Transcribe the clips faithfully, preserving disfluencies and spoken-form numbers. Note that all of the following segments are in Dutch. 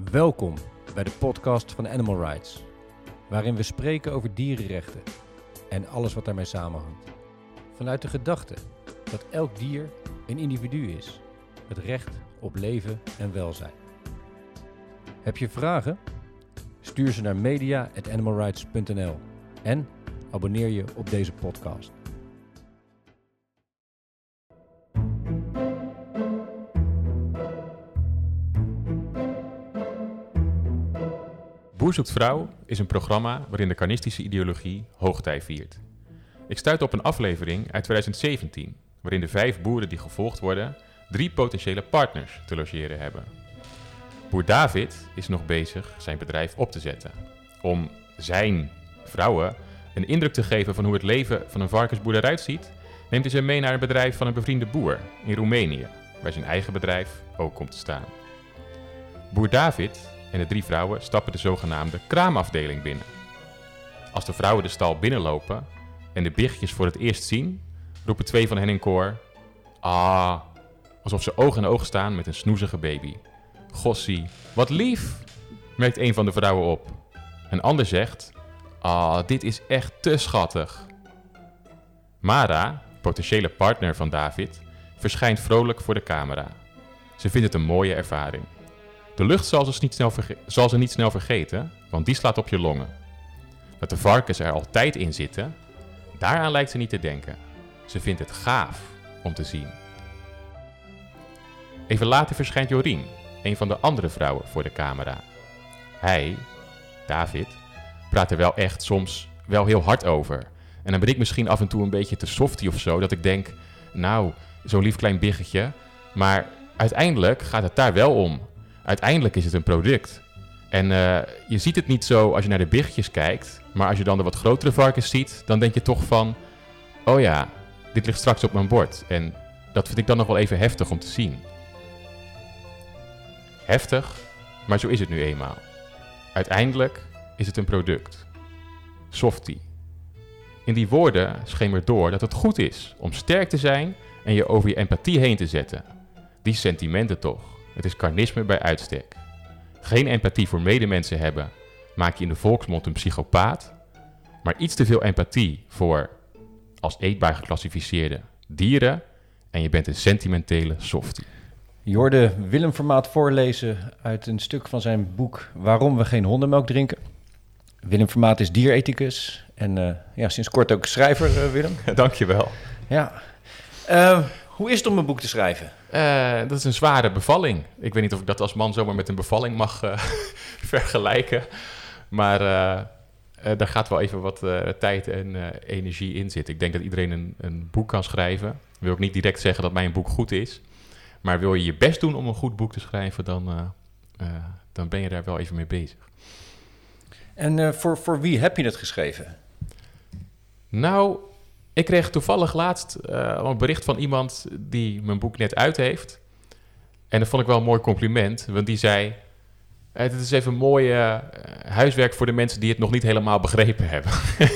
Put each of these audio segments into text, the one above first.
Welkom bij de podcast van Animal Rights, waarin we spreken over dierenrechten en alles wat daarmee samenhangt. Vanuit de gedachte dat elk dier een individu is, het recht op leven en welzijn. Heb je vragen? Stuur ze naar media at animalrights punt n l en abonneer je op deze podcast. Boer zoekt vrouw is een programma waarin de carnistische ideologie hoogtij viert. Ik stuitte op een aflevering uit twintig zeventien, waarin de vijf boeren die gevolgd worden drie potentiële partners te logeren hebben. Boer David is nog bezig zijn bedrijf op te zetten, om zijn vrouwen een indruk te geven van hoe het leven van een varkensboer eruit ziet, neemt hij ze mee naar een bedrijf van een bevriende boer in Roemenië, waar zijn eigen bedrijf ook komt te staan. Boer David en de drie vrouwen stappen de zogenaamde kraamafdeling binnen. Als de vrouwen de stal binnenlopen en de biggetjes voor het eerst zien, roepen twee van hen in koor: "Ah," alsof ze oog in oog staan met een snoezige baby. "Gossie, wat lief," merkt een van de vrouwen op. Een ander zegt: "Ah, dit is echt te schattig." Mara, potentiële partner van David, verschijnt vrolijk voor de camera. Ze vindt het een mooie ervaring. De lucht zal ze, niet snel verge- zal ze niet snel vergeten, want die slaat op je longen. Dat de varkens er altijd in zitten, daaraan lijkt ze niet te denken. Ze vindt het gaaf om te zien. Even later verschijnt Jorien, een van de andere vrouwen, voor de camera. Hij, David, praat er wel echt soms wel heel hard over. En dan ben ik misschien af en toe een beetje te softie of zo, dat ik denk, nou, zo'n lief klein biggetje. Maar uiteindelijk gaat het daar wel om. Uiteindelijk is het een product. En uh, je ziet het niet zo als je naar de biggetjes kijkt, maar als je dan de wat grotere varkens ziet, dan denk je toch van, oh ja, dit ligt straks op mijn bord. En dat vind ik dan nog wel even heftig om te zien. Heftig, maar zo is het nu eenmaal. Uiteindelijk is het een product. Softie. In die woorden schemert door dat het goed is om sterk te zijn en je over je empathie heen te zetten. Die sentimenten toch. Het is carnisme bij uitstek. Geen empathie voor medemensen hebben maak je in de volksmond een psychopaat, maar iets te veel empathie voor als eetbaar geclassificeerde dieren en je bent een sentimentele softie. Je hoorde Willem Vermaat voorlezen uit een stuk van zijn boek Waarom we geen hondenmelk drinken. Willem Vermaat is dierethicus en uh, ja, sinds kort ook schrijver, uh, Willem. Dankjewel. Ja. Uh, hoe is het om een boek te schrijven? Uh, dat is een zware bevalling. Ik weet niet of ik dat als man zomaar met een bevalling mag uh, vergelijken. Maar uh, uh, daar gaat wel even wat uh, tijd en uh, energie in zitten. Ik denk dat iedereen een, een boek kan schrijven. Wil ik niet direct zeggen dat mijn boek goed is. Maar wil je je best doen om een goed boek te schrijven, dan, uh, uh, dan ben je daar wel even mee bezig. En uh, voor, voor wie heb je het geschreven? Nou, ik kreeg toevallig laatst uh, een bericht van iemand die mijn boek net uit heeft. En dat vond ik wel een mooi compliment, want die zei, het is even mooi uh, huiswerk voor de mensen die het nog niet helemaal begrepen hebben.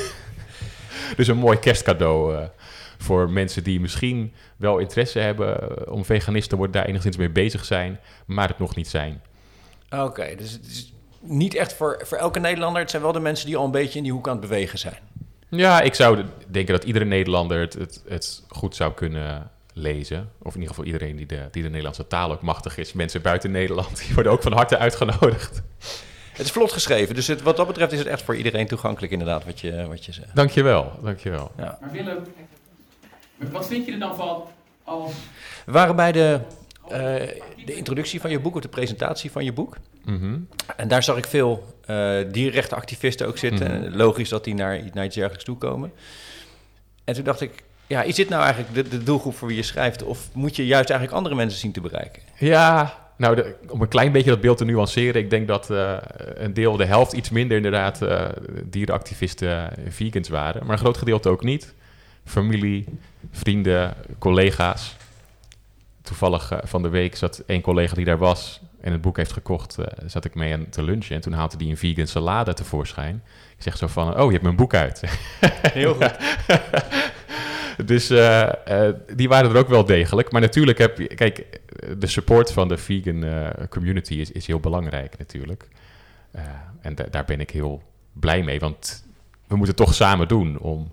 Dus een mooi kerstcadeau uh, voor mensen die misschien wel interesse hebben om veganist te worden, daar enigszins mee bezig zijn, maar het nog niet zijn. Oké, okay, dus het is niet echt voor, voor elke Nederlander. Het zijn wel de mensen die al een beetje in die hoek aan het bewegen zijn. Ja, ik zou denken dat iedere Nederlander het, het, het goed zou kunnen lezen. Of in ieder geval iedereen die de, die de Nederlandse taal ook machtig is. Mensen buiten Nederland, die worden ook van harte uitgenodigd. Het is vlot geschreven, dus het, wat dat betreft is het echt voor iedereen toegankelijk inderdaad, wat je, wat je zegt. Dankjewel, dankjewel. Ja. Maar Willem, wat vind je er dan van als... We waren bij de, uh, de introductie van je boek, of de presentatie van je boek. Mm-hmm. En daar zag ik veel uh, dierenrechtenactivisten ook zitten. Mm-hmm. Logisch dat die naar, naar iets dergelijks toe komen. En toen dacht ik, ja, is dit nou eigenlijk de, de doelgroep voor wie je schrijft? Of moet je juist eigenlijk andere mensen zien te bereiken? Ja, nou, de, om een klein beetje dat beeld te nuanceren. Ik denk dat uh, een deel, de helft, iets minder inderdaad uh, dierenactivisten uh, vegans waren. Maar een groot gedeelte ook niet. Familie, vrienden, collega's. Toevallig uh, van de week zat één collega die daar was en het boek heeft gekocht, uh, zat ik mee aan te lunchen. En toen haalde hij een vegan salade tevoorschijn. Ik zeg zo van, oh, je hebt mijn boek uit. Heel goed. Dus uh, uh, die waren er ook wel degelijk. Maar natuurlijk heb je, kijk, de support van de vegan uh, community is, is heel belangrijk natuurlijk. Uh, en da- daar ben ik heel blij mee, want we moeten het toch samen doen om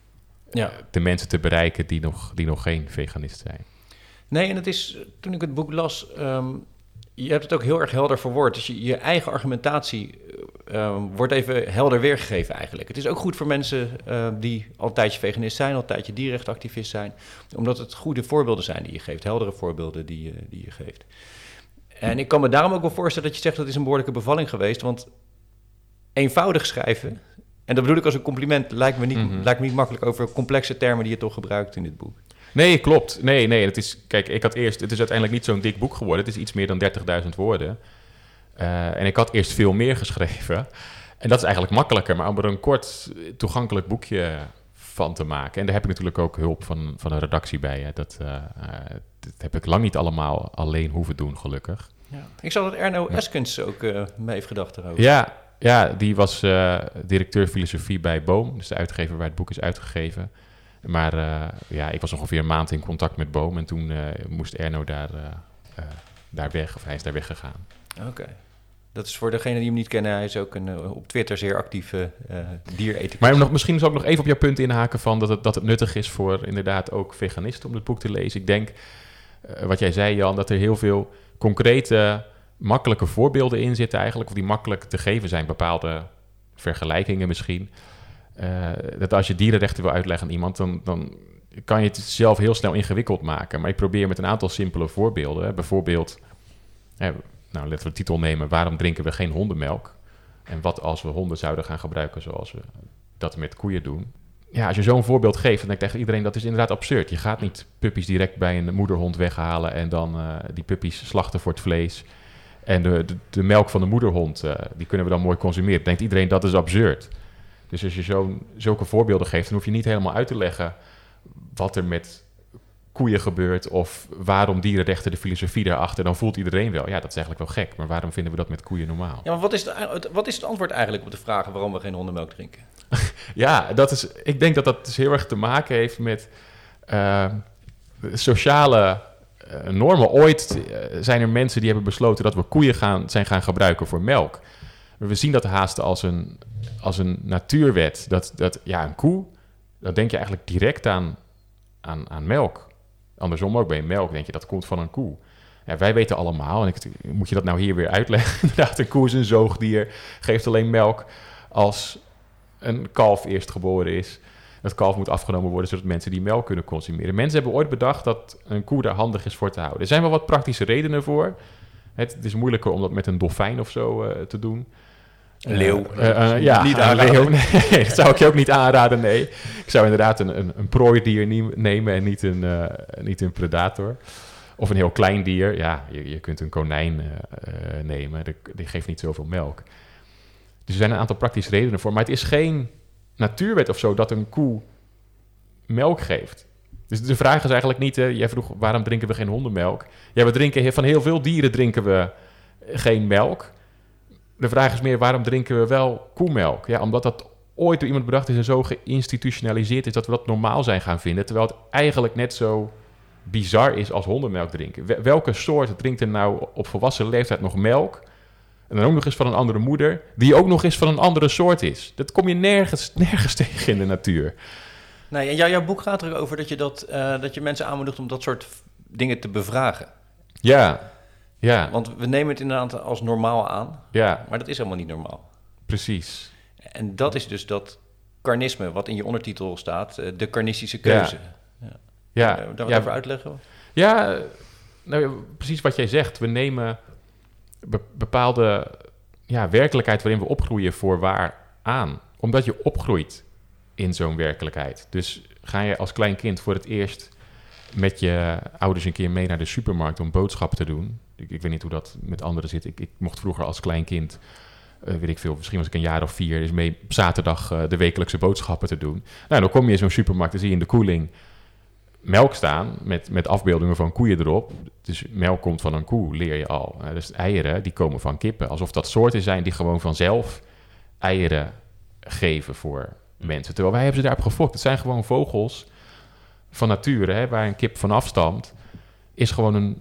ja. uh, de mensen te bereiken die nog, die nog geen veganist zijn. Nee, en het is, toen ik het boek las, um, je hebt het ook heel erg helder verwoord. Dus je, je eigen argumentatie um, wordt even helder weergegeven eigenlijk. Het is ook goed voor mensen uh, die al een tijdje veganist zijn, al een tijdje dierenrechtenactivist zijn, omdat het goede voorbeelden zijn die je geeft, heldere voorbeelden die je, die je geeft. En ik kan me daarom ook wel voorstellen dat je zegt dat is een behoorlijke bevalling geweest, want eenvoudig schrijven, en dat bedoel ik als een compliment, lijkt me niet, mm-hmm. lijkt me niet makkelijk over complexe termen die je toch gebruikt in dit boek. Nee, klopt. Nee, nee. Het is, kijk, ik had eerst, het is uiteindelijk niet zo'n dik boek geworden. Het is iets meer dan dertigduizend woorden. Uh, en ik had eerst veel meer geschreven. En dat is eigenlijk makkelijker, maar om er een kort toegankelijk boekje van te maken. En daar heb ik natuurlijk ook hulp van, van een redactie bij. Hè. Dat, uh, uh, dat heb ik lang niet allemaal alleen hoeven doen, gelukkig. Ja. Ik zag dat Erno ja. Eskens ook uh, mee heeft gedacht daarover. Ja, ja, die was uh, directeur filosofie bij Boom. Dus de uitgever waar het boek is uitgegeven. Maar uh, ja, ik was ongeveer een maand in contact met Boom. En toen uh, moest Erno daar, uh, uh, daar weg, of hij is daar weggegaan. Oké. Okay. Dat is voor degenen die hem niet kennen. Hij is ook een, uh, op Twitter zeer actieve uh, dierethicus. Maar nog, misschien zal ik nog even op jouw punt inhaken van dat het, dat het nuttig is voor inderdaad ook veganisten om het boek te lezen. Ik denk, uh, wat jij zei Jan, dat er heel veel concrete, makkelijke voorbeelden in zitten eigenlijk. Of die makkelijk te geven zijn, bepaalde vergelijkingen misschien. Uh, dat als je dierenrechten wil uitleggen aan iemand, dan, dan kan je het zelf heel snel ingewikkeld maken. Maar ik probeer met een aantal simpele voorbeelden. Hè. Bijvoorbeeld, hè, nou, laten we de titel nemen, waarom drinken we geen hondenmelk? En wat als we honden zouden gaan gebruiken zoals we dat met koeien doen? Ja, als je zo'n voorbeeld geeft, dan denkt tegen iedereen, dat is inderdaad absurd. Je gaat niet puppies direct bij een moederhond weghalen en dan uh, die puppies slachten voor het vlees. En de, de, de melk van de moederhond, uh, die kunnen we dan mooi consumeren. Dan denkt iedereen, dat is absurd. Dus als je zo'n, zulke voorbeelden geeft, dan hoef je niet helemaal uit te leggen wat er met koeien gebeurt of waarom dierenrechten, de filosofie daarachter. Dan voelt iedereen wel, ja, dat is eigenlijk wel gek. Maar waarom vinden we dat met koeien normaal? Ja, maar wat is, de, wat is het antwoord eigenlijk op de vraag waarom we geen hondenmelk drinken? Ja, dat is, ik denk dat dat dus heel erg te maken heeft met uh, sociale uh, normen. Ooit uh, zijn er mensen die hebben besloten dat we koeien gaan, zijn gaan gebruiken voor melk. We zien dat haast als een, als een natuurwet. Dat, dat ja, een koe, dan denk je eigenlijk direct aan, aan, aan melk. Andersom ook bij melk, denk je, dat komt van een koe. Ja, wij weten allemaal, en ik, moet je dat nou hier weer uitleggen? Inderdaad, een koe is een zoogdier, geeft alleen melk als een kalf eerst geboren is. Dat kalf moet afgenomen worden, zodat mensen die melk kunnen consumeren. Mensen hebben ooit bedacht dat een koe daar handig is voor te houden. Er zijn wel wat praktische redenen voor. Het, het is moeilijker om dat met een dolfijn of zo uh, te doen. Een leeuw. Uh, uh, uh, ja, niet een leeuw. Nee, dat zou ik je ook niet aanraden, nee. Ik zou inderdaad een, een, een prooidier nie- nemen en niet een, uh, niet een predator. Of een heel klein dier. Ja, je, je kunt een konijn uh, uh, nemen. Die, die geeft niet zoveel melk. Dus er zijn een aantal praktische redenen voor. Maar het is geen natuurwet of zo dat een koe melk geeft. Dus de vraag is eigenlijk niet... Uh, jij vroeg, waarom drinken we geen hondenmelk? Ja, we drinken van heel veel dieren drinken we geen melk. De vraag is meer, waarom drinken we wel koemelk? Ja, omdat dat ooit door iemand bedacht is en zo geïnstitutionaliseerd is dat we dat normaal zijn gaan vinden. Terwijl het eigenlijk net zo bizar is als hondenmelk drinken. Welke soort drinkt er nou op volwassen leeftijd nog melk? En dan ook nog eens van een andere moeder, die ook nog eens van een andere soort is. Dat kom je nergens, nergens tegen in de natuur. Nee, en jou, jouw boek gaat erover dat je, dat, uh, dat je mensen aanmoedigt om dat soort dingen te bevragen. Ja, ja. Want we nemen het inderdaad als normaal aan, ja. Maar dat is helemaal niet normaal. Precies. En dat is dus dat carnisme, wat in je ondertitel staat, de carnistische keuze. Ja. Ja. Ja. Daar wat ja. over uitleggen? Ja, nou, precies wat jij zegt. We nemen be- bepaalde ja, werkelijkheid waarin we opgroeien voor waar aan. Omdat je opgroeit in zo'n werkelijkheid. Dus ga je als klein kind voor het eerst met je ouders een keer mee naar de supermarkt om boodschappen te doen. Ik, ik weet niet hoe dat met anderen zit. Ik, ik mocht vroeger als klein kind, uh, weet ik veel, misschien was ik een jaar of vier, is mee op zaterdag uh, de wekelijkse boodschappen te doen. Nou, dan kom je in zo'n supermarkt en zie je in de koeling melk staan met, met afbeeldingen van koeien erop. Dus melk komt van een koe, leer je al. Uh, dus eieren, die komen van kippen. Alsof dat soorten zijn die gewoon vanzelf eieren geven voor mensen. Terwijl wij hebben ze daarop gefokt. Het zijn gewoon vogels van nature, hè, waar een kip van afstamt, is gewoon een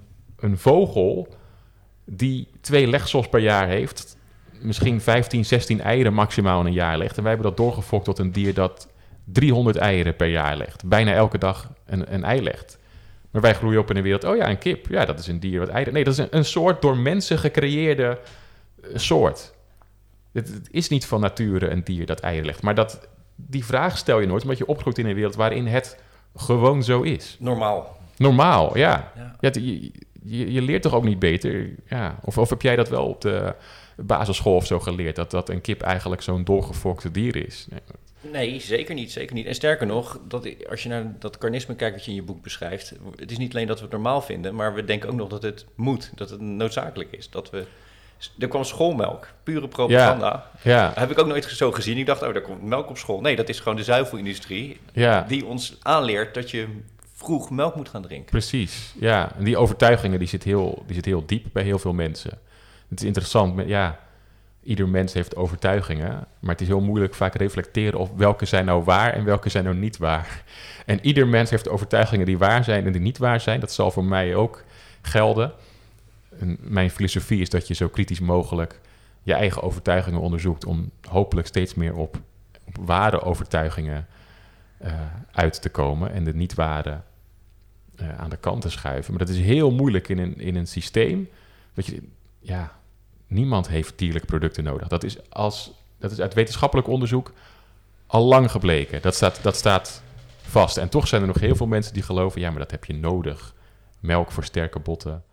een vogel die twee legsels per jaar heeft, misschien vijftien, zestien eieren maximaal in een jaar legt. En wij hebben dat doorgefokt tot een dier dat driehonderd eieren per jaar legt. Bijna elke dag een, een ei legt. Maar wij groeien op in een wereld, oh ja, een kip. Ja, dat is een dier wat eieren... Nee, dat is een, een soort door mensen gecreëerde uh, soort. Het, het is niet van nature een dier dat eieren legt. Maar dat, die vraag stel je nooit, omdat je opgroeit in een wereld waarin het gewoon zo is. Normaal. Normaal, ja. Ja. ja het, je, je, je leert toch ook niet beter? Ja. Of, of heb jij dat wel op de basisschool of zo geleerd? Dat, dat een kip eigenlijk zo'n doorgefokte dier is? Nee. Nee, zeker niet, zeker niet. En sterker nog, dat, als je naar dat carnisme kijkt wat je in je boek beschrijft, het is niet alleen dat we het normaal vinden, maar we denken ook nog dat het moet, dat het noodzakelijk is. Dat we, er kwam schoolmelk, pure propaganda. Ja, ja. Dat heb ik ook nooit zo gezien. Ik dacht, oh, daar komt melk op school. Nee, dat is gewoon de zuivelindustrie Ja. die ons aanleert dat je vroeg melk moet gaan drinken. Precies, ja. En die overtuigingen die zit heel, die zit heel diep bij heel veel mensen. Het is interessant, met, ja, ieder mens heeft overtuigingen, maar het is heel moeilijk vaak reflecteren op welke zijn nou waar en welke zijn nou niet waar. En ieder mens heeft overtuigingen die waar zijn en die niet waar zijn. Dat zal voor mij ook gelden. En mijn filosofie is dat je zo kritisch mogelijk je eigen overtuigingen onderzoekt om hopelijk steeds meer op, op ware overtuigingen uh, uit te komen en de niet ware uh, aan de kant te schuiven. Maar dat is heel moeilijk in een, in een systeem. Weet je, ja, niemand heeft dierlijke producten nodig. Dat is, als, dat is uit wetenschappelijk onderzoek al lang gebleken. Dat staat, dat staat vast. En toch zijn er nog heel veel mensen die geloven, ja, maar dat heb je nodig. Melk voor sterke botten.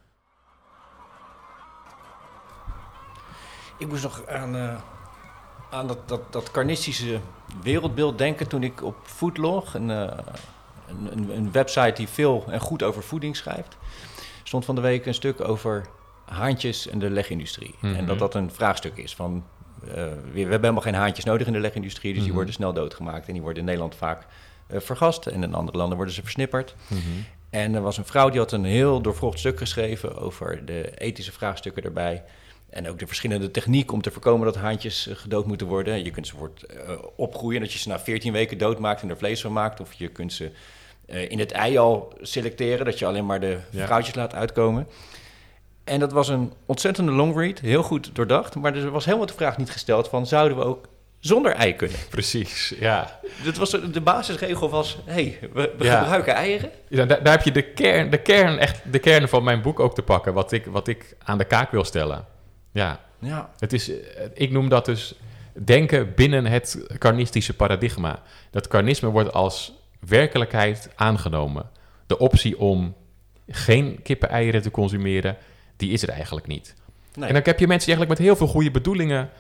Ik moest nog aan, uh, aan dat, dat, dat carnistische wereldbeeld denken toen ik op Foodlog, een, uh, een, een, een website die veel en goed over voeding schrijft, stond van de week een stuk over haantjes en de legindustrie. Mm-hmm. En dat dat een vraagstuk is van, uh, we, we hebben helemaal geen haantjes nodig in de legindustrie, dus mm-hmm. die worden snel doodgemaakt en die worden in Nederland vaak uh, vergast en in andere landen worden ze versnipperd. Mm-hmm. En er was een vrouw die had een heel doorvrocht stuk geschreven over de ethische vraagstukken erbij. En ook de verschillende technieken om te voorkomen dat haantjes uh, gedood moeten worden. Je kunt ze voor, uh, opgroeien, dat je ze na veertien weken doodmaakt en er vlees van maakt. Of je kunt ze uh, in het ei al selecteren, dat je alleen maar de ja. vrouwtjes laat uitkomen. En dat was een ontzettende longread, heel goed doordacht. Maar er was helemaal de vraag niet gesteld van, zouden we ook zonder ei kunnen? Precies, ja. Dat was de, de basisregel was, hé, hey, we, we ja. gebruiken eieren. Ja, daar, daar heb je de kern, de kern, echt de kern van mijn boek ook te pakken, wat ik, wat ik aan de kaak wil stellen. Ja, ja. Het is, ik noem dat dus denken binnen het carnistische paradigma. Dat carnisme wordt als werkelijkheid aangenomen. De optie om geen kippen-eieren te consumeren, die is er eigenlijk niet. Nee. En dan heb je mensen die eigenlijk met heel veel goede bedoelingen,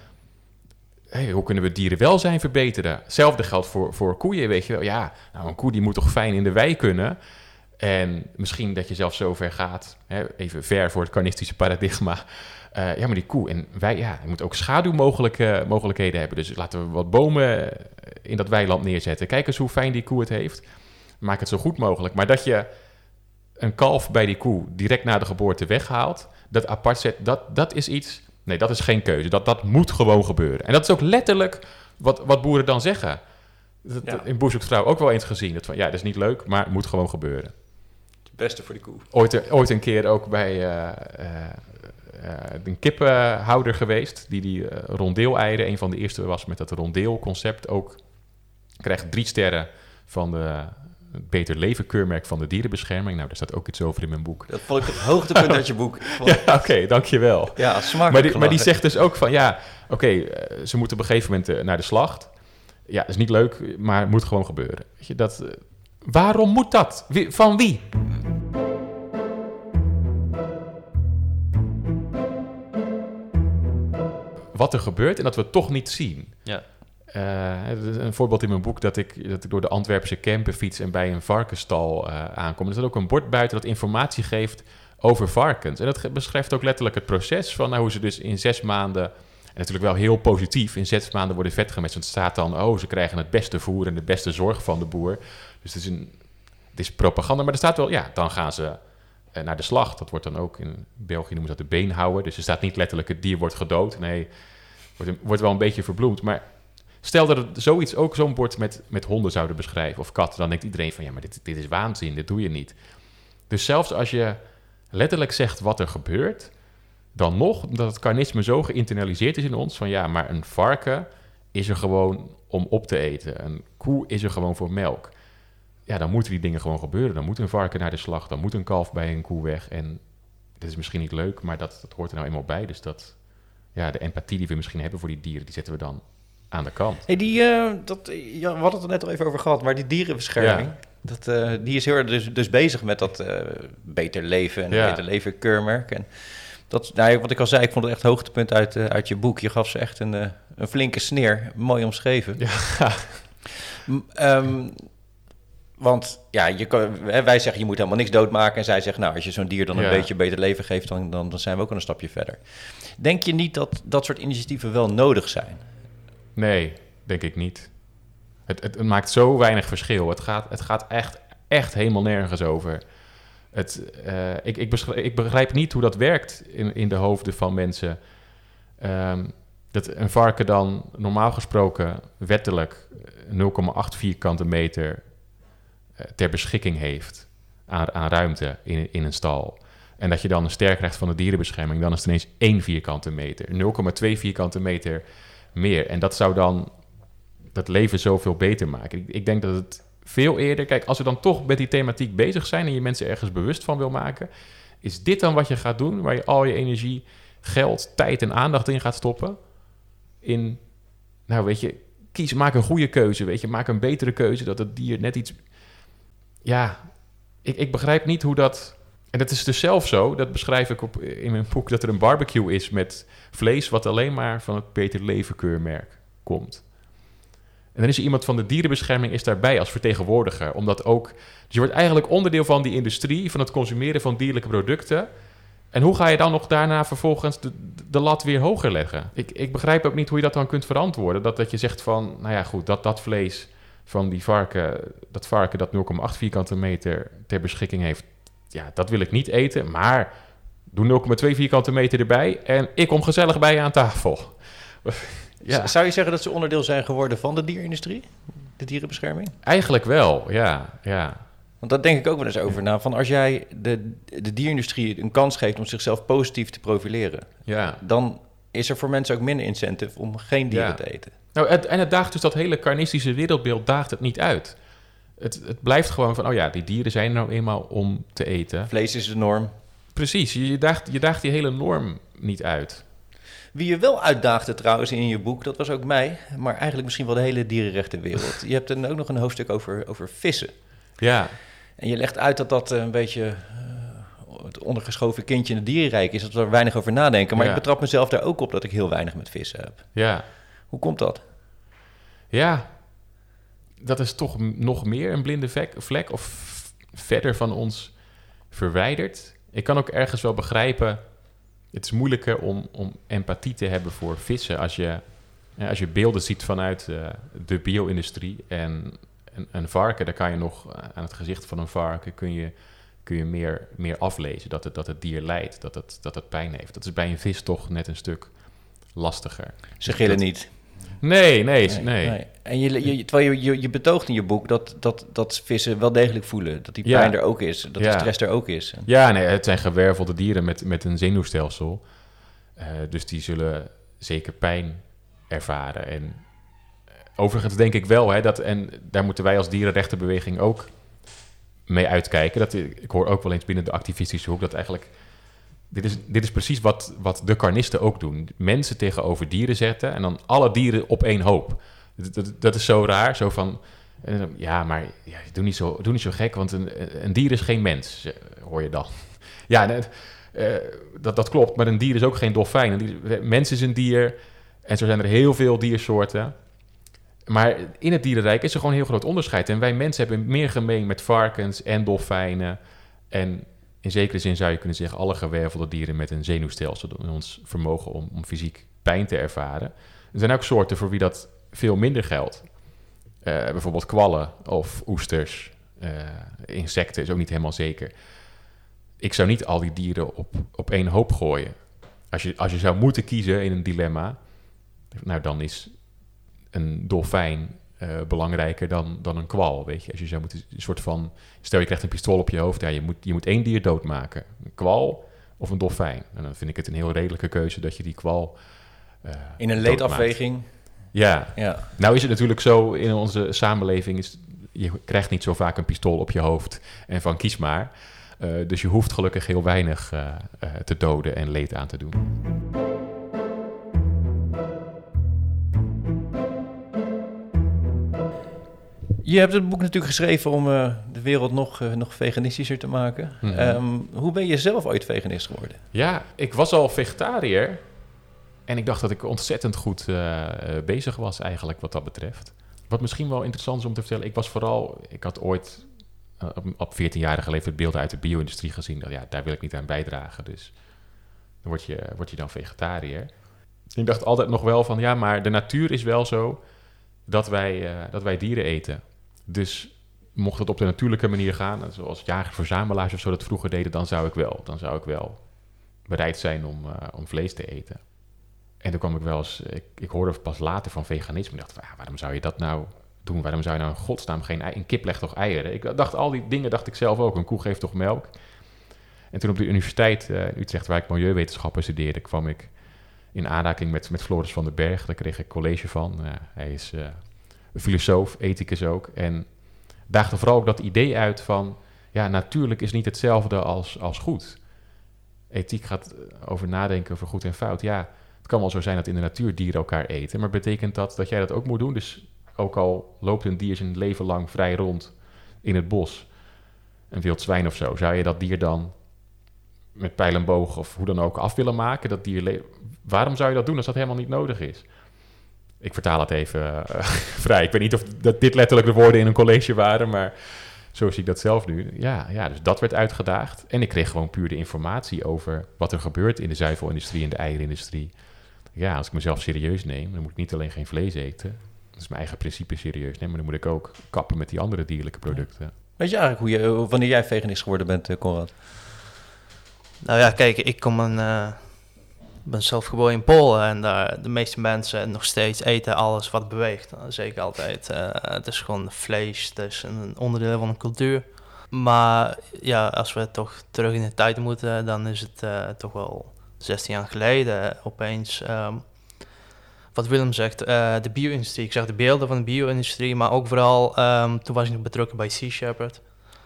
hey, hoe kunnen we dierenwelzijn verbeteren? Hetzelfde geldt voor, voor koeien, weet je wel. Ja, nou, een koe die moet toch fijn in de wei kunnen. En misschien dat je zelfs zo ver gaat, hè, even ver voor het carnistische paradigma. Uh, ja, maar die koe en wij, ja, je moet ook schaduwmogelijkheden hebben. Dus laten we wat bomen in dat weiland neerzetten. Kijk eens hoe fijn die koe het heeft. Maak het zo goed mogelijk. Maar dat je een kalf bij die koe direct na de geboorte weghaalt, dat apart zet, dat, dat is iets. Nee, dat is geen keuze. Dat, dat moet gewoon gebeuren. En dat is ook letterlijk wat, wat boeren dan zeggen. Dat, ja. In Boer zoekt vrouw ook wel eens gezien. Dat van, ja, dat is niet leuk, maar het moet gewoon gebeuren. Het beste voor die koe. Ooit, ooit een keer ook bij uh, uh, uh, een kippenhouder geweest, die die uh, rondeeleieren, een van de eerste was met dat rondeelconcept ook, krijgt drie sterren van de Beter Leven keurmerk van de dierenbescherming. Nou, daar staat ook iets over in mijn boek. Dat vond ik het hoogtepunt uit je boek. Ja, oké, okay, dankjewel. Ja, smakelijk. Maar die, maar die zegt dus ook van, ja, oké, okay, uh, ze moeten op een gegeven moment uh, naar de slacht. Ja, dat is niet leuk, maar het moet gewoon gebeuren. Weet je, dat, uh, waarom moet dat? Wie, van wie? Wat er gebeurt en dat we het toch niet zien. Ja. Uh, een voorbeeld in mijn boek dat ik, dat ik door de Antwerpse Kempen fiets en bij een varkensstal uh, aankom. Er staat ook een bord buiten dat informatie geeft over varkens. En dat beschrijft ook letterlijk het proces van nou, hoe ze dus in zes maanden, en natuurlijk wel heel positief, in zes maanden worden vetgemest. Want het staat dan, oh, ze krijgen het beste voer en de beste zorg van de boer. Dus het is, een, het is propaganda, maar er staat wel, ja, dan gaan ze uh, naar de slacht. Dat wordt dan ook, in België noemen ze dat de beenhouwer. Dus er staat niet letterlijk, het dier wordt gedood. Nee, wordt, wordt wel een beetje verbloemd, maar stel dat het zoiets ook zo'n bord met, met honden zouden beschrijven of katten, dan denkt iedereen van ja, maar dit, dit is waanzin, dit doe je niet. Dus zelfs als je letterlijk zegt wat er gebeurt, dan nog dat het carnisme zo geïnternaliseerd is in ons van ja, maar een varken is er gewoon om op te eten. Een koe is er gewoon voor melk. Ja, dan moeten die dingen gewoon gebeuren. Dan moet een varken naar de slag, dan moet een kalf bij een koe weg. En dit is misschien niet leuk, maar dat, dat hoort er nou eenmaal bij. Dus dat, ja, de empathie die we misschien hebben voor die dieren, die zetten we dan aan de kant. Hey, die, uh, dat, ja, we hadden het er net al even over gehad, maar die dierenbescherming, ja. dat, uh, die is heel erg dus, dus bezig met dat uh, beter leven en ja. beter leven keurmerk. En dat, nou, wat ik al zei, ik vond het echt hoogtepunt uit, uh, uit je boek. Je gaf ze echt een, uh, een flinke sneer, mooi omschreven. Ja. um, want ja, je kan, wij zeggen je moet helemaal niks doodmaken. En zij zeggen, nou, als je zo'n dier dan een ja. beetje beter leven geeft, dan, dan, dan zijn we ook al een stapje verder. Denk je niet dat dat soort initiatieven wel nodig zijn? Nee, denk ik niet. Het, het, het maakt zo weinig verschil. Het gaat, het gaat echt, echt helemaal nergens over. Het, uh, ik, ik, beschrijf, ik begrijp niet hoe dat werkt in, in de hoofden van mensen. Um, dat een varken dan normaal gesproken wettelijk nul komma acht vierkante meter uh, ter beschikking heeft aan, aan ruimte in, in een stal. En dat je dan een ster krijgt van de dierenbescherming, dan is het ineens één vierkante meter. nul komma twee vierkante meter meer. En dat zou dan dat leven zoveel beter maken. Ik, ik denk dat het veel eerder... Kijk, als we dan toch met die thematiek bezig zijn en je mensen ergens bewust van wil maken, is dit dan wat je gaat doen, waar je al je energie, geld, tijd en aandacht in gaat stoppen? In, nou weet je, kies, maak een goede keuze, weet je, maak een betere keuze, dat het dier net iets... Ja, ik, ik begrijp niet hoe dat... En dat is dus zelf zo, dat beschrijf ik op, in mijn boek, dat er een barbecue is met vlees wat alleen maar van het Beter Leven keurmerk komt. En dan is er iemand van de dierenbescherming is daarbij als vertegenwoordiger. Omdat ook, dus je wordt eigenlijk onderdeel van die industrie, van het consumeren van dierlijke producten. En hoe ga je dan nog daarna vervolgens de, de lat weer hoger leggen? Ik, ik begrijp ook niet hoe je dat dan kunt verantwoorden. Dat, dat je zegt van, nou ja goed, dat, dat vlees van die varken, dat varken dat nul komma acht vierkante meter ter beschikking heeft, ja, dat wil ik niet eten, maar doe nul komma twee vierkante meter erbij en ik kom gezellig bij je aan tafel. Ja. Zou je zeggen dat ze onderdeel zijn geworden van de dierindustrie, de dierenbescherming? Eigenlijk wel, ja. ja. Want dat denk ik ook wel eens over na. Van als jij de, de dierindustrie een kans geeft om zichzelf positief te profileren, ja. dan is er voor mensen ook minder incentive om geen dieren ja. te eten. Nou, het, en het daagt dus dat hele carnistische wereldbeeld daagt het niet uit. Het, het blijft gewoon van, oh ja, die dieren zijn nou eenmaal om te eten. Vlees is de norm. Precies, je daagt, je daagt die hele norm niet uit. Wie je wel uitdaagde trouwens in je boek, dat was ook mij, maar eigenlijk misschien wel de hele dierenrechtenwereld. Je hebt dan ook nog een hoofdstuk over, over vissen. Ja. En je legt uit dat dat een beetje uh, het ondergeschoven kindje in het dierenrijk is, dat we er weinig over nadenken. Maar ja. ik betrap mezelf daar ook op dat ik heel weinig met vissen heb. Ja. Hoe komt dat? Ja, dat is toch nog meer een blinde vlek, vlek of verder van ons verwijderd. Ik kan ook ergens wel begrijpen, het is moeilijker om, om empathie te hebben voor vissen als je, als je beelden ziet vanuit uh, de bio-industrie. En een, een varken, daar kan je nog aan het gezicht van een varken kun je, kun je meer, meer aflezen. Dat het, dat het dier lijdt, dat het, dat het pijn heeft. Dat is bij een vis toch net een stuk lastiger. Ze gillen dat, niet. Nee, nee, nee. nee. nee. En je, je, terwijl je, je, je betoogt in je boek dat, dat, dat vissen wel degelijk voelen. Dat die pijn ja. er ook is, dat ja. de stress er ook is. Ja, nee, het zijn gewervelde dieren met, met een zenuwstelsel. Uh, dus die zullen zeker pijn ervaren. En uh, overigens denk ik wel, hè, dat, en daar moeten wij als dierenrechtenbeweging ook mee uitkijken. Dat, ik hoor ook wel eens binnen de activistische hoek dat eigenlijk... Dit is, dit is precies wat, wat de carnisten ook doen. Mensen tegenover dieren zetten en dan alle dieren op één hoop. Dat, dat, dat is zo raar. Zo van, ja, maar ja, doe, niet zo, doe niet zo gek, want een, een dier is geen mens, hoor je dan. Ja, uh, dat, dat klopt, maar een dier is ook geen dolfijn. Een dier, een mens is een dier en zo zijn er heel veel diersoorten. Maar in het dierenrijk is er gewoon een heel groot onderscheid. En wij mensen hebben meer gemeen met varkens en dolfijnen en... In zekere zin zou je kunnen zeggen, alle gewervelde dieren met een zenuwstelsel, ons vermogen om, om fysiek pijn te ervaren. Er zijn ook soorten voor wie dat veel minder geldt. Uh, bijvoorbeeld kwallen of oesters, uh, insecten is ook niet helemaal zeker. Ik zou niet al die dieren op, op één hoop gooien. Als je, als je zou moeten kiezen in een dilemma, nou dan is een dolfijn uh, belangrijker dan, dan een kwal, weet je. Als je zou moeten, een soort van, stel je krijgt een pistool op je hoofd, ja, je moet, je moet één dier doodmaken. Een kwal of een dolfijn. En dan vind ik het een heel redelijke keuze dat je die kwal uh, in een leedafweging. Ja. ja, nou is het natuurlijk zo in onze samenleving, is, je krijgt niet zo vaak een pistool op je hoofd en van kies maar. Uh, dus je hoeft gelukkig heel weinig uh, uh, te doden en leed aan te doen. Je hebt het boek natuurlijk geschreven om uh, de wereld nog, uh, nog veganistischer te maken. Mm-hmm. Um, hoe ben je zelf ooit veganist geworden? Ja, ik was al vegetariër. En ik dacht dat ik ontzettend goed uh, bezig was eigenlijk wat dat betreft. Wat misschien wel interessant is om te vertellen. Ik was vooral, ik had ooit uh, op veertienjarige leeftijd beelden uit de bio-industrie gezien. Dat, ja, daar wil ik niet aan bijdragen. Dus dan word je, word je dan vegetariër. Ik dacht altijd nog wel van, ja, maar de natuur is wel zo dat wij, uh, dat wij dieren eten. Dus mocht het op de natuurlijke manier gaan, zoals jager-verzamelaars of zo dat vroeger deden, dan zou ik wel, dan zou ik wel bereid zijn om, uh, om vlees te eten. En toen kwam ik wel eens, ik, ik hoorde pas later van veganisme. Ik dacht, ah, waarom zou je dat nou doen? Waarom zou je nou in godsnaam geen ei? Een kip legt toch eieren? Ik dacht, al die dingen dacht ik zelf ook. Een koe geeft toch melk? En toen op de universiteit uh, in Utrecht, waar ik milieuwetenschappen studeerde, kwam ik in aanraking met, met Floris van den Berg. Daar kreeg ik college van. Uh, hij is uh, een filosoof, ethicus ook. En daagde vooral ook dat idee uit van, ja, natuurlijk is niet hetzelfde als, als goed. Ethiek gaat over nadenken over goed en fout. Ja, het kan wel zo zijn dat in de natuur dieren elkaar eten, maar betekent dat dat jij dat ook moet doen? Dus ook al loopt een dier zijn leven lang vrij rond in het bos, een wild zwijn of zo, zou je dat dier dan met pijl en boog of hoe dan ook af willen maken? Dat dier le- Waarom zou je dat doen als dat helemaal niet nodig is? Ik vertaal het even uh, vrij. Ik weet niet of dat dit letterlijk de woorden in een college waren, maar zo zie ik dat zelf nu. Ja, ja, dus dat werd uitgedaagd. En ik kreeg gewoon puur de informatie over wat er gebeurt in de zuivelindustrie en de eierindustrie. Ja, als ik mezelf serieus neem, dan moet ik niet alleen geen vlees eten. Dat is mijn eigen principe serieus nemen, maar dan moet ik ook kappen met die andere dierlijke producten. Weet je eigenlijk hoe je, wanneer jij veganist geworden bent, Conrad? Nou ja, kijk, ik kom een, uh, ben zelf geboren in Polen en daar de meeste mensen nog steeds eten alles wat beweegt. Zeker altijd. Uh, het is gewoon vlees, het is een onderdeel van een cultuur. Maar ja, als we toch terug in de tijd moeten, dan is het uh, toch wel zestien jaar geleden opeens. Um, wat Willem zegt, uh, de bio-industrie. Ik zag de beelden van de bio-industrie, maar ook vooral, um, toen was ik nog betrokken bij Sea Shepherd.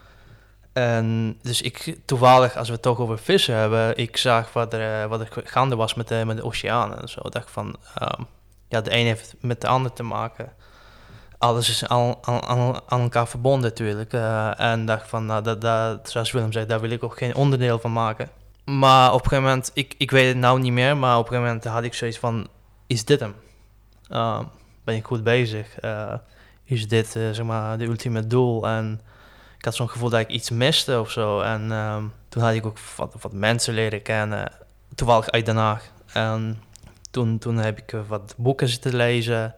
En dus ik, toevallig, als we het toch over vissen hebben, ik zag wat er, wat er gaande was met de, met de oceanen en zo. Ik dacht van, um, ja, de een heeft met de ander te maken. Alles is aan, aan, aan elkaar verbonden natuurlijk. Uh, en dacht van, nou, dat, dat, zoals Willem zegt, daar wil ik ook geen onderdeel van maken. Maar op een gegeven moment, ik, ik weet het nou niet meer, maar op een gegeven moment had ik zoiets van, is dit hem? Uh, ben ik goed bezig? Uh, is dit, uh, zeg maar, de ultieme doel? En ik had zo'n gevoel dat ik iets miste of zo. En um, toen had ik ook wat, wat mensen leren kennen, toevallig uit Den Haag. En toen, toen heb ik wat boeken zitten lezen.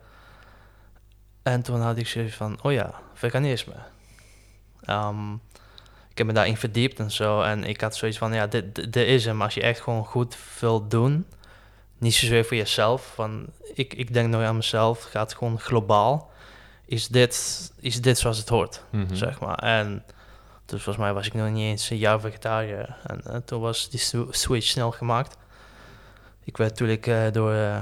En toen had ik zoiets van, oh ja, veganisme. Um, ik heb me daarin verdiept en zo. En ik had zoiets van, ja, dit, dit, dit is hem. Als je echt gewoon goed wilt doen, niet zozeer voor jezelf. Van, ik, ik denk nou aan mezelf, het gaat gewoon globaal. Is dit, is dit zoals het hoort, mm-hmm. zeg maar. En dus volgens mij was ik nog niet eens een jaar vegetariër. En uh, toen was die switch snel gemaakt. Ik werd natuurlijk uh, door uh,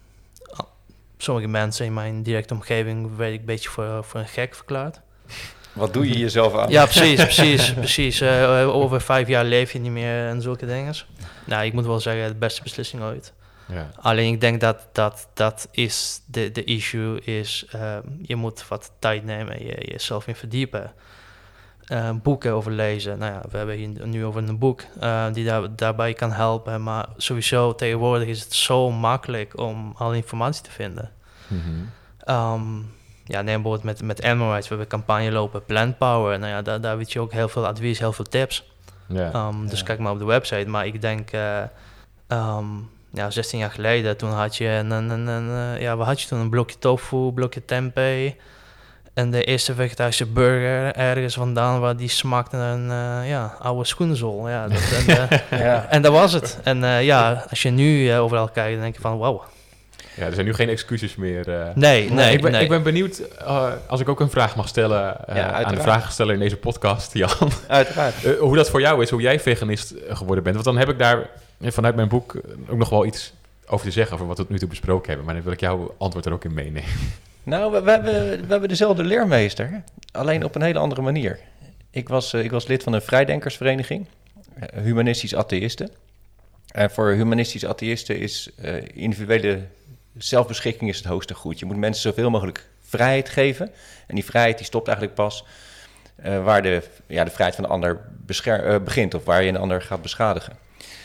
sommige mensen in mijn directe omgeving werd ik een beetje voor, voor een gek verklaard. Wat doe je jezelf aan? Ja, precies, precies, precies. Uh, over vijf jaar leef je niet meer en zulke dingen. Nou, ik moet wel zeggen, de beste beslissing ooit. Ja. Alleen ik denk dat dat, dat is de, de issue is, uh, je moet wat tijd nemen, je jezelf in verdiepen. Uh, boeken over lezen. Nou ja, we hebben hier nu over een boek uh, die daar, daarbij kan helpen. Maar sowieso tegenwoordig is het zo makkelijk om al informatie te vinden. Mm-hmm. Um, ja, neem bijvoorbeeld met, met Animal Rights. We hebben een campagne lopen, Plant Power. Nou ja, daar, daar weet je ook heel veel advies, heel veel tips. Yeah. Um, dus yeah. Kijk maar op de website. Maar ik denk, uh, um, ja, zestien jaar geleden, toen had je een, een, een, een, ja, wat had je toen? Een blokje tofu, blokje tempeh. En de eerste vegetarische burger ergens vandaan, waar die smaakte naar een uh, ja, oude schoenenzool. Ja, dat, en, uh, ja. en dat was het. En uh, ja, als je nu uh, overal kijkt, dan denk je van wauw. Ja, er zijn nu geen excuses meer. Uh, nee, nee, ik ben, nee. Ik ben benieuwd, uh, als ik ook een vraag mag stellen uh, ja, aan de vragensteller in deze podcast, Jan. Uiteraard. Uh, hoe dat voor jou is, hoe jij veganist geworden bent. Want dan heb ik daar vanuit mijn boek ook nog wel iets over te zeggen, over wat we tot nu toe besproken hebben. Maar dan wil ik jouw antwoord er ook in meenemen. Nou, we, we, hebben, we hebben dezelfde leermeester, alleen op een hele andere manier. Ik was, uh, ik was lid van een vrijdenkersvereniging, uh, humanistisch atheïsten. En voor humanistisch atheïsten is uh, individuele zelfbeschikking is het hoogste goed. Je moet mensen zoveel mogelijk vrijheid geven. En die vrijheid die stopt eigenlijk pas uh, waar de, ja, de vrijheid van de ander bescher- uh, begint of waar je een ander gaat beschadigen.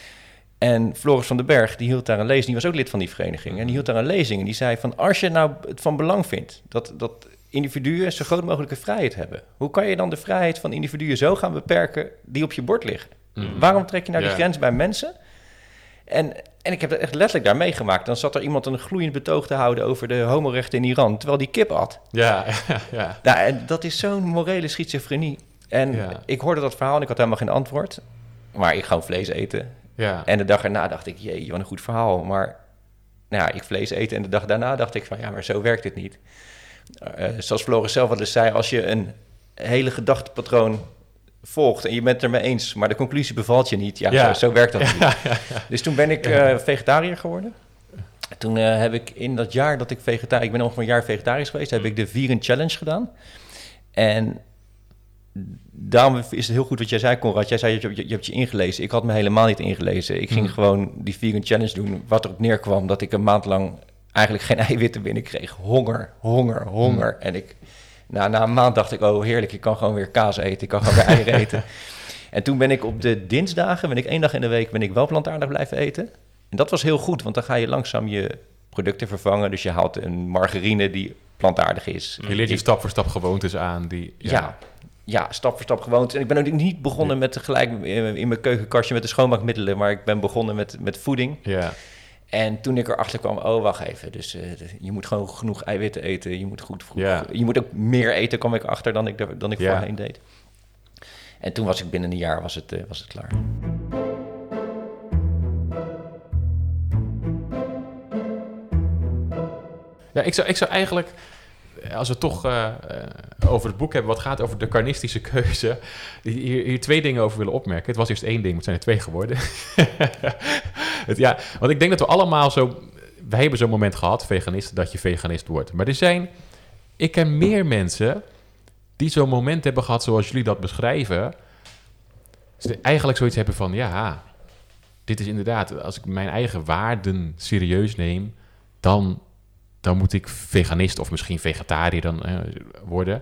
En Floris van den Berg, die hield daar een lezing, die was ook lid van die vereniging. En die hield daar een lezing en die zei van, als je nou het van belang vindt dat, dat individuen zo groot mogelijke vrijheid hebben, hoe kan je dan de vrijheid van individuen zo gaan beperken die op je bord liggen? Mm. Waarom trek je nou die ja. grens bij mensen? En, en ik heb het echt letterlijk daar meegemaakt. Dan zat er iemand een gloeiend betoog te houden over de homorechten in Iran, terwijl die kip at. Ja, ja, ja. Nou, en dat is zo'n morele schizofrenie. En ja. ik hoorde dat verhaal en ik had helemaal geen antwoord. Maar ik gewoon vlees eten. Ja. En de dag erna dacht ik, jee, wat een goed verhaal. Maar nou ja, ik vlees eten en de dag daarna dacht ik van, ja, maar zo werkt het niet. Uh, zoals Floris zelf al eens zei, als je een hele gedachtepatroon volgt en je bent het ermee eens, maar de conclusie bevalt je niet. Ja, ja. Zo, zo werkt dat niet. Ja, ja, ja. Dus toen ben ik uh, vegetariër geworden. Toen uh, heb ik in dat jaar dat ik vegetariër... Ik ben ongeveer een jaar vegetarisch geweest. Heb ik de Vegan Challenge gedaan. En daarom is het heel goed wat jij zei, Conrad. Jij zei, je, je, je hebt je ingelezen. Ik had me helemaal niet ingelezen. Ik ging hmm. gewoon die Vegan Challenge doen. Wat erop neerkwam, dat ik een maand lang eigenlijk geen eiwitten binnenkreeg. Honger, honger, honger. Hmm. En ik... Nou, na een maand dacht ik, oh heerlijk, ik kan gewoon weer kaas eten, ik kan gewoon weer eieren eten. En toen ben ik op de dinsdagen, ben ik één dag in de week, ben ik wel plantaardig blijven eten. En dat was heel goed, want dan ga je langzaam je producten vervangen. Dus je haalt een margarine die plantaardig is. Je leert je stap voor stap gewoontes aan. Die, ja. Ja, ja, stap voor stap gewoontes. En ik ben ook niet begonnen ja. met tegelijk in mijn keukenkastje met de schoonmaakmiddelen, maar ik ben begonnen met, met voeding. Ja. En toen ik erachter kwam, oh, wacht even. Dus uh, je moet gewoon genoeg eiwitten eten. Je moet goed vroeg, ja. Je moet ook meer eten, kwam ik achter, dan ik, dan ik ja. voorheen deed. En toen was ik binnen een jaar was het, uh, was het klaar. Ja, ik zou, ik zou eigenlijk, als we het toch uh, uh, over het boek hebben, wat gaat over de karnistische keuze, hier, hier twee dingen over willen opmerken. Het was eerst één ding, maar het zijn er twee geworden. het, ja, want ik denk dat we allemaal zo, wij hebben zo'n moment gehad, veganist, dat je veganist wordt. Maar er zijn, ik ken meer mensen die zo'n moment hebben gehad zoals jullie dat beschrijven. Ze eigenlijk zoiets hebben van, ja, dit is inderdaad, als ik mijn eigen waarden serieus neem, dan... dan moet ik veganist of misschien vegetariër dan uh, worden.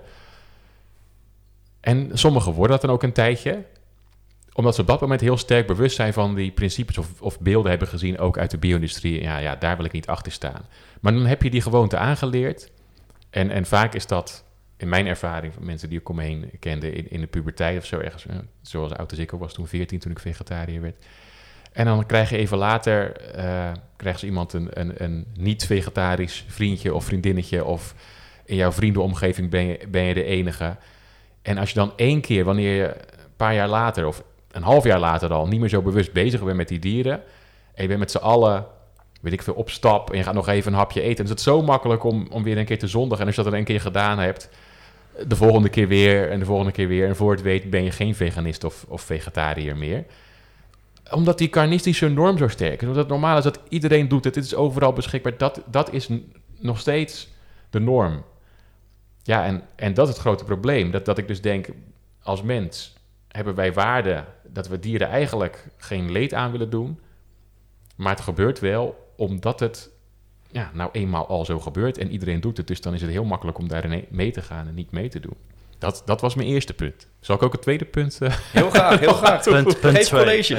En sommigen worden dat dan ook een tijdje, omdat ze op dat moment heel sterk bewust zijn van die principes of, of beelden hebben gezien, ook uit de bio-industrie. Ja, ja, daar wil ik niet achter staan. Maar dan heb je die gewoonte aangeleerd. En, en vaak is dat, in mijn ervaring van mensen die ik om me heen kende, in, in de puberteit of zo ergens, uh, zoals oud als ik ook was toen veertien, toen ik vegetariër werd. En dan krijg je even later, uh, krijgt ze iemand een, een, een niet-vegetarisch vriendje of vriendinnetje, of in jouw vriendenomgeving ben je, ben je de enige. En als je dan één keer, wanneer je een paar jaar later of een half jaar later al niet meer zo bewust bezig bent met die dieren, en je bent met z'n allen, weet ik veel, op stap en je gaat nog even een hapje eten, dan is het zo makkelijk om, om weer een keer te zondigen. En als je dat dan een keer gedaan hebt, de volgende keer weer en de volgende keer weer, en voor het weet ben je geen veganist of, of vegetariër meer. Omdat die karnistische norm zo sterk is. Omdat het normaal is dat iedereen doet het. Het is overal beschikbaar. Dat, dat is n- nog steeds de norm. Ja, en, en dat is het grote probleem. Dat, dat ik dus denk, als mens hebben wij waarden dat we dieren eigenlijk geen leed aan willen doen. Maar het gebeurt wel omdat het ja, nou eenmaal al zo gebeurt. En iedereen doet het. Dus dan is het heel makkelijk om daarin mee te gaan en niet mee te doen. Dat, dat was mijn eerste punt. Zal ik ook het tweede punt... Uh, heel graag, heel graag. punt, punt Geef college.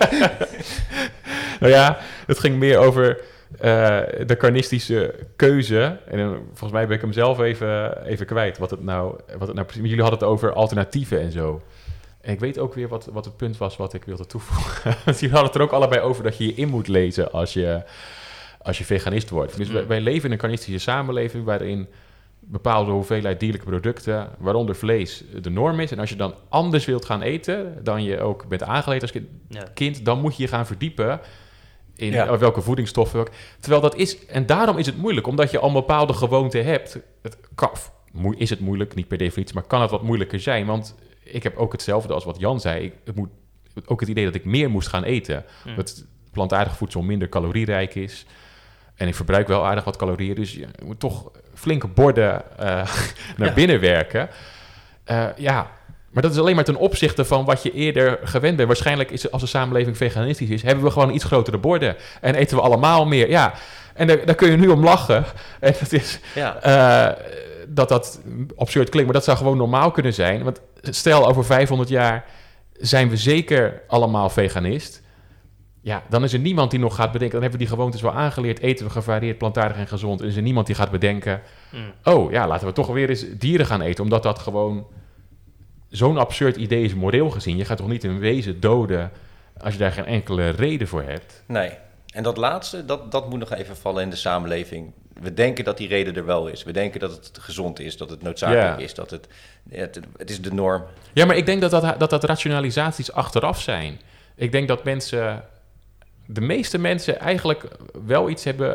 Nou ja, het ging meer over uh, de karnistische keuze. En uh, volgens mij ben ik hem zelf even, even kwijt. Wat het nou, wat het nou precies... Jullie hadden het over alternatieven en zo. En ik weet ook weer wat, wat het punt was wat ik wilde toevoegen. Jullie hadden het er ook allebei over dat je je in moet lezen als je, als je veganist wordt. Dus wij, wij leven in een karnistische samenleving waarin bepaalde hoeveelheid dierlijke producten, waaronder vlees, de norm is. En als je dan anders wilt gaan eten dan je ook bent aangeleerd als kind, ja. dan moet je je gaan verdiepen in Ja. welke voedingsstoffen. Welke, terwijl dat is, en daarom is het moeilijk, omdat je al een bepaalde gewoonte hebt. Het kan, is het moeilijk, niet per definitie, maar kan het wat moeilijker zijn? Want ik heb ook hetzelfde als wat Jan zei. Ik, het moet, ook het idee dat ik meer moest gaan eten. Hmm. Dat plantaardig voedsel minder calorierijk is. En ik verbruik wel aardig wat calorieën, dus je moet toch flinke borden uh, naar Ja. binnen werken. Uh, ja, maar dat is alleen maar ten opzichte van wat je eerder gewend bent. Waarschijnlijk is als de samenleving veganistisch is, hebben we gewoon iets grotere borden. En eten we allemaal meer. Ja, en daar, daar kun je nu om lachen. En dat is Ja. uh, dat dat absurd klinkt, maar dat zou gewoon normaal kunnen zijn. Want stel, over vijfhonderd jaar zijn we zeker allemaal veganist. Ja, dan is er niemand die nog gaat bedenken. Dan hebben we die gewoontes wel aangeleerd. Eten we gevarieerd, plantaardig en gezond. En is er niemand die gaat bedenken... Mm. oh ja, laten we toch weer eens dieren gaan eten. Omdat dat gewoon zo'n absurd idee is, moreel gezien. Je gaat toch niet een wezen doden als je daar geen enkele reden voor hebt? Nee. En dat laatste, dat, dat moet nog even vallen in de samenleving. We denken dat die reden er wel is. We denken dat het gezond is, dat het noodzakelijk Ja. is. Dat het, het, het is de norm. Ja, maar ik denk dat dat, dat dat rationalisaties achteraf zijn. Ik denk dat mensen... de meeste mensen eigenlijk wel iets hebben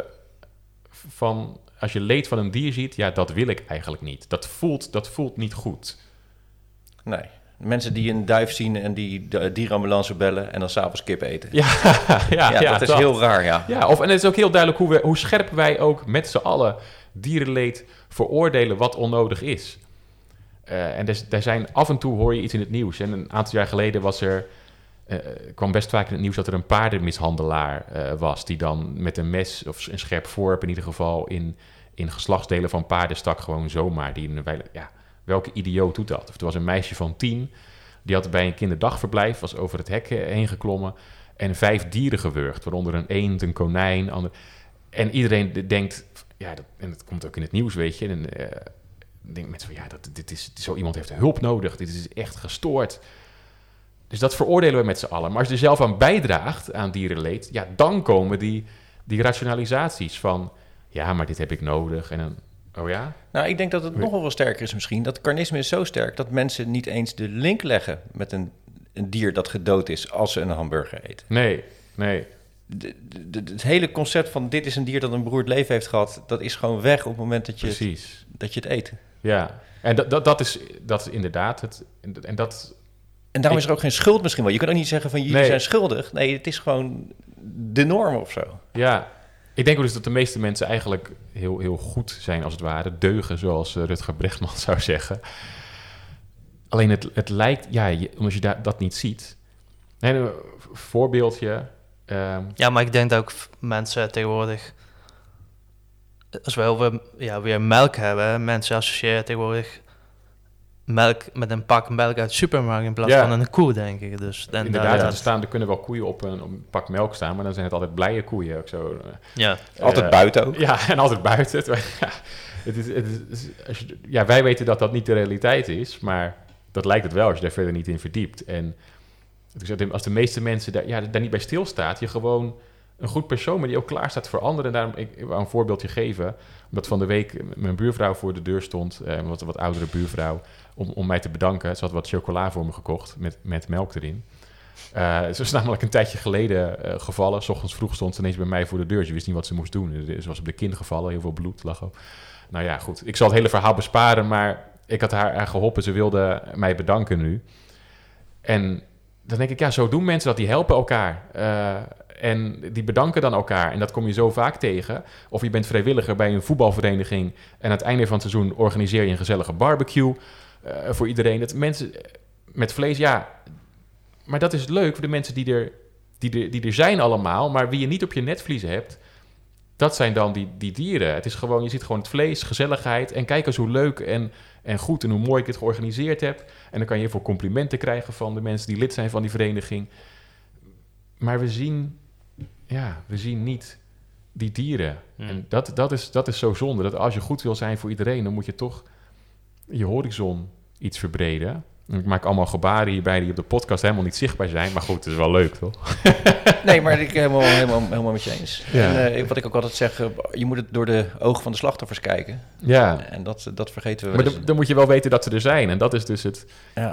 van... als je leed van een dier ziet, ja, dat wil ik eigenlijk niet. Dat voelt, dat voelt niet goed. Nee. Mensen die een duif zien en die de dierenambulance bellen... en dan s'avonds kip eten. Ja, ja, Ja, ja, dat is heel raar, ja. Ja, of, en het is ook heel duidelijk hoe, we, hoe scherp wij ook met z'n allen dierenleed veroordelen wat onnodig is. Uh, en dus, daar zijn, af en toe hoor je iets in het nieuws. En een aantal jaar geleden was er... Uh, kwam best vaak in het nieuws dat er een paardenmishandelaar uh, was... die dan met een mes of een scherp voorwerp in ieder geval... in, in geslachtsdelen van paarden stak gewoon zomaar. Die, ja, welke idioot doet dat? Of er was een meisje van tien... die had bij een kinderdagverblijf... was over het hek heen geklommen... en vijf dieren gewurgd. Waaronder een eend, een konijn... Ander, en iedereen denkt... ja, dat, en dat komt ook in het nieuws, weet je... En, uh, denken mensen van, ja, dat, dit is, zo iemand heeft hulp nodig. Dit is echt gestoord... Dus dat veroordelen we met z'n allen. Maar als je er zelf aan bijdraagt, aan dierenleed... ja, dan komen die, die rationalisaties van... ja, maar dit heb ik nodig. En dan, oh ja? Nou, ik denk dat het nog wel sterker is misschien. Dat carnisme is zo sterk dat mensen niet eens de link leggen... met een, een dier dat gedood is als ze een hamburger eten. Nee, nee. De, de, de, het hele concept van dit is een dier dat een beroerd leven heeft gehad... dat is gewoon weg op het moment dat je, het, dat, je het eet. Ja, en dat, dat, dat, is, dat is inderdaad het... En dat... En daarom ik, is er ook geen schuld misschien wel. Je kan ook niet zeggen van jullie nee. zijn schuldig. Nee, het is gewoon de norm of zo. Ja, ik denk wel dus dat de meeste mensen eigenlijk heel, heel goed zijn als het ware. Deugen, zoals uh, Rutger Bregman zou zeggen. Alleen het, het lijkt, ja, je, omdat je da- dat niet ziet. En een voorbeeldje. Um, ja, maar ik denk dat ook mensen tegenwoordig... Als we heel veel, ja, weer melk hebben, mensen associëren tegenwoordig... melk met een pak melk uit de supermarkt in plaats ja. van een koe, denk ik. Dus, en Inderdaad, daar, er, staan, er kunnen wel koeien op een, op een pak melk staan, maar dan zijn het altijd blije koeien. Ook zo, ja. Altijd uh, buiten ook. Ja, en altijd buiten. ja, het is, het is, als je, ja, wij weten dat dat niet de realiteit is, maar dat lijkt het wel als je daar verder niet in verdiept. En als de meeste mensen daar, ja, daar niet bij stilstaat, je gewoon een goed persoon, maar die ook klaar staat voor anderen. En daarom, ik, ik wou een voorbeeldje geven, omdat van de week mijn buurvrouw voor de deur stond, eh, een wat, wat oudere buurvrouw, om, om mij te bedanken. Ze had wat chocola voor me gekocht met, met melk erin. Uh, ze was namelijk een tijdje geleden uh, gevallen. 's Ochtends vroeg stond ze ineens bij mij voor de deur. Ze wist niet wat ze moest doen. Ze was op de kin gevallen, heel veel bloed lag op. Nou ja, goed. Ik zal het hele verhaal besparen, maar ik had haar, haar geholpen. Ze wilde mij bedanken nu. En dan denk ik, ja, zo doen mensen dat. Die helpen elkaar. Uh, en die bedanken dan elkaar. En dat kom je zo vaak tegen. Of je bent vrijwilliger bij een voetbalvereniging. En aan het einde van het seizoen organiseer je een gezellige barbecue uh, voor iedereen. Dat mensen met vlees, ja... Maar dat is leuk voor de mensen die er, die, er, die er zijn allemaal. Maar wie je niet op je netvlies hebt, dat zijn dan die, die dieren. Het is gewoon, je ziet gewoon het vlees, gezelligheid. En kijk eens hoe leuk en, en goed en hoe mooi ik dit georganiseerd heb. En dan kan je heel veel complimenten krijgen van de mensen die lid zijn van die vereniging. Maar we zien, ja, we zien niet die dieren. Hmm. En dat, dat, is, dat is zo zonde. Dat als je goed wil zijn voor iedereen, dan moet je toch je horizon iets verbreden. Ik maak allemaal gebaren hierbij die op de podcast helemaal niet zichtbaar zijn. Maar goed, het is wel leuk, toch? Nee, maar ik ben helemaal, helemaal, helemaal met je eens. Ja. En, uh, wat ik ook altijd zeg, uh, je moet het door de ogen van de slachtoffers kijken. Ja. En dat, dat vergeten we Maar wel dan, dan moet je wel weten dat ze er zijn. En dat is dus het... Ja.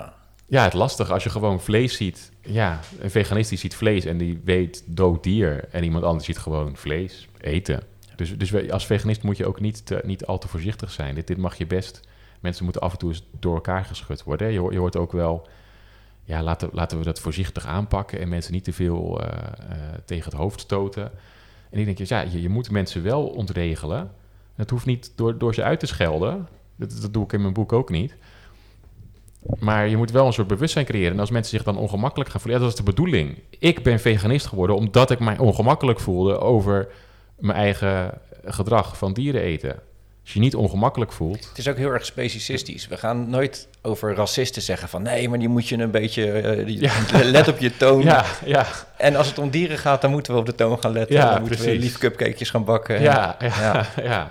Ja, het lastig als je gewoon vlees ziet. Ja, een veganist die ziet vlees en die weet dood dier. En iemand anders ziet gewoon vlees eten. Dus, dus we- als veganist moet je ook niet, te, niet al te voorzichtig zijn. Dit, dit mag je best. Mensen moeten af en toe eens door elkaar geschud worden. Je, hoort- je hoort ook wel... Ja, laten, laten we dat voorzichtig aanpakken... en mensen niet te veel uh, uh, tegen het hoofd stoten. En ik denk, ja, je, je moet mensen wel ontregelen. Het hoeft niet door, door ze uit te schelden. Dat, dat doe ik in mijn boek ook niet. Maar je moet wel een soort bewustzijn creëren. En als mensen zich dan ongemakkelijk gaan voelen... Ja, dat is de bedoeling. Ik ben veganist geworden omdat ik mij ongemakkelijk voelde... over mijn eigen gedrag van dieren eten. Als je niet ongemakkelijk voelt... Het is ook heel erg specicistisch. We gaan nooit over racisten zeggen van... nee, maar die moet je een beetje... Uh, die, Ja. Let op je toon. Ja, ja, En als het om dieren gaat, dan moeten we op de toon gaan letten. Ja, dan moeten we precies. lief cupcakejes gaan bakken. ja, ja, Ja. ja. ja.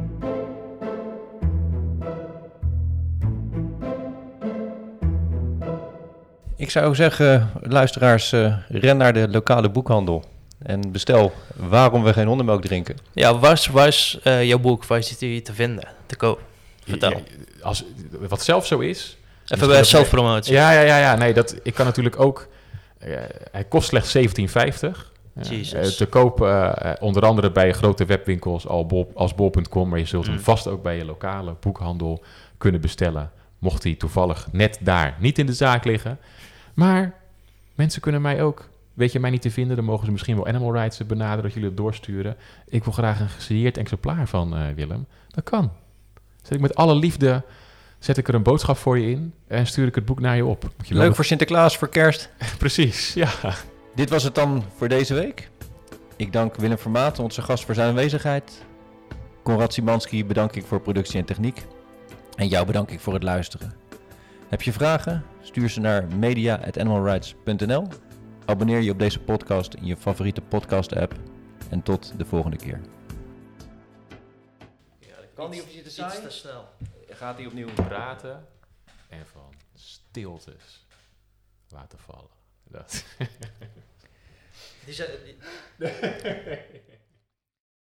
Ik zou zeggen, luisteraars, uh, ren naar de lokale boekhandel. En bestel Waarom we geen hondenmelk drinken. Ja, waar is, waar is uh, jouw boek? Waar is die te vinden, te koop? Vertel. Ja, als, wat zelf zo is... Even bij zelfpromotie. Ja, ja, ja, ja. Nee, dat, ik kan natuurlijk ook... Uh, hij kost slechts zeventien vijftig. Jezus. Uh, te koop uh, onder andere bij grote webwinkels als bol, als bol punt com. Maar je zult Mm. hem vast ook bij je lokale boekhandel kunnen bestellen. Mocht hij toevallig net daar niet in de zaak liggen. Maar mensen kunnen mij ook... Weet je mij niet te vinden, dan mogen ze misschien wel Animal Rights benaderen... dat jullie het doorsturen. Ik wil graag een gesigneerd exemplaar van uh, Willem. Dat kan. Zet ik met alle liefde... Zet ik er een boodschap voor je in en stuur ik het boek naar je op. Moet je Leuk wel... voor Sinterklaas, voor kerst. Precies, ja. Dit was het dan voor deze week. Ik dank Willem Vermaat, onze gast, voor zijn aanwezigheid. Konrad Simanski bedank ik voor productie en techniek. En jou bedank ik voor het luisteren. Heb je vragen? Stuur ze naar media at animal rights punt n l. Abonneer je op deze podcast in je favoriete podcast-app. En tot de volgende keer. Kan die op je te saai? Iets te snel. Gaat hij opnieuw? Praten en van stiltes laten vallen. Dat. Die, zei- die...